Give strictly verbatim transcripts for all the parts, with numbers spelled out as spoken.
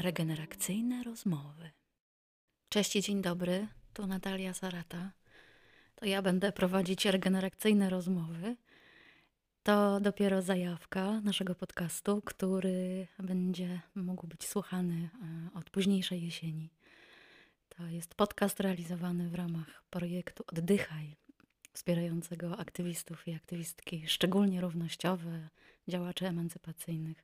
Regeneracyjne rozmowy. Cześć i dzień dobry, tu Natalia Sarata. To ja będę prowadzić regeneracyjne rozmowy. To dopiero zajawka naszego podcastu, który będzie mógł być słuchany od późniejszej jesieni. To jest podcast realizowany w ramach projektu Oddychaj, wspierającego aktywistów i aktywistki, szczególnie równościowe, działaczy emancypacyjnych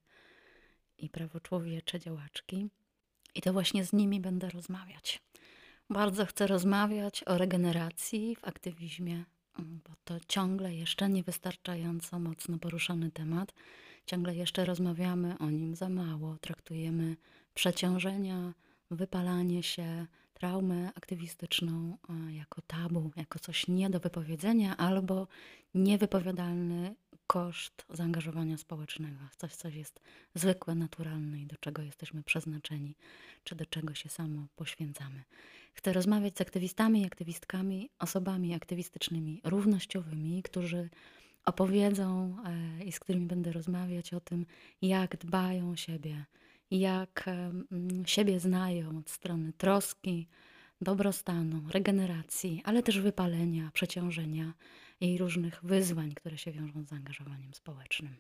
i prawoczłowiecze działaczki. I to właśnie z nimi będę rozmawiać. Bardzo chcę rozmawiać o regeneracji w aktywizmie, bo to ciągle jeszcze niewystarczająco mocno poruszany temat. Ciągle jeszcze rozmawiamy o nim za mało. Traktujemy przeciążenia, wypalanie się, traumę aktywistyczną jako tabu, jako coś nie do wypowiedzenia albo niewypowiadalny koszt zaangażowania społecznego. Coś, co jest zwykłe, naturalne i do czego jesteśmy przeznaczeni, czy do czego się samo poświęcamy. Chcę rozmawiać z aktywistami i aktywistkami, osobami aktywistycznymi, równościowymi, którzy opowiedzą e, i z którymi będę rozmawiać o tym, jak dbają o siebie, jak e, siebie znają od strony troski, dobrostanu, regeneracji, ale też wypalenia, przeciążenia i różnych wyzwań, które się wiążą z zaangażowaniem społecznym.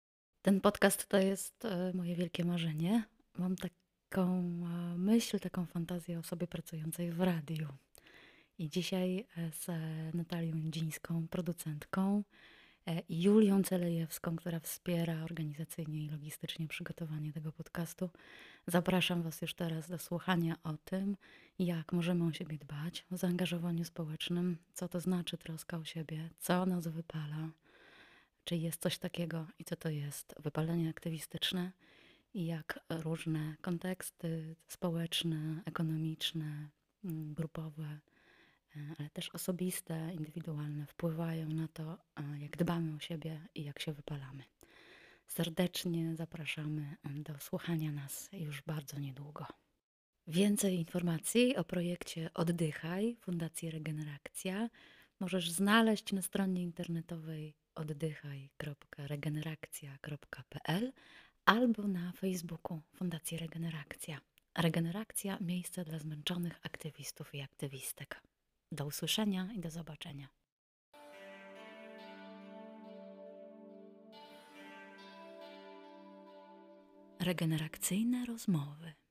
Ten podcast to jest e, moje wielkie marzenie. Mam taką e, myśl, taką fantazję o sobie pracującej w radiu. I dzisiaj e, z Natalią Dzińską, producentką, e, i Julią Celejewską, która wspiera organizacyjnie i logistycznie przygotowanie tego podcastu, zapraszam Was już teraz do słuchania o tym, jak możemy o siebie dbać, o zaangażowaniu społecznym, co to znaczy troska o siebie, co nas wypala, czy jest coś takiego i co to jest wypalenie aktywistyczne i jak różne konteksty społeczne, ekonomiczne, grupowe, ale też osobiste, indywidualne wpływają na to, jak dbamy o siebie i jak się wypalamy. Serdecznie zapraszamy do słuchania nas już bardzo niedługo. Więcej informacji o projekcie Oddychaj Fundacji Regeneracja możesz znaleźć na stronie internetowej oddychaj kropka regeneracja kropka p l albo na Facebooku Fundacji Regeneracja. Regeneracja – miejsce dla zmęczonych aktywistów i aktywistek. Do usłyszenia i do zobaczenia. Regeneracyjne rozmowy.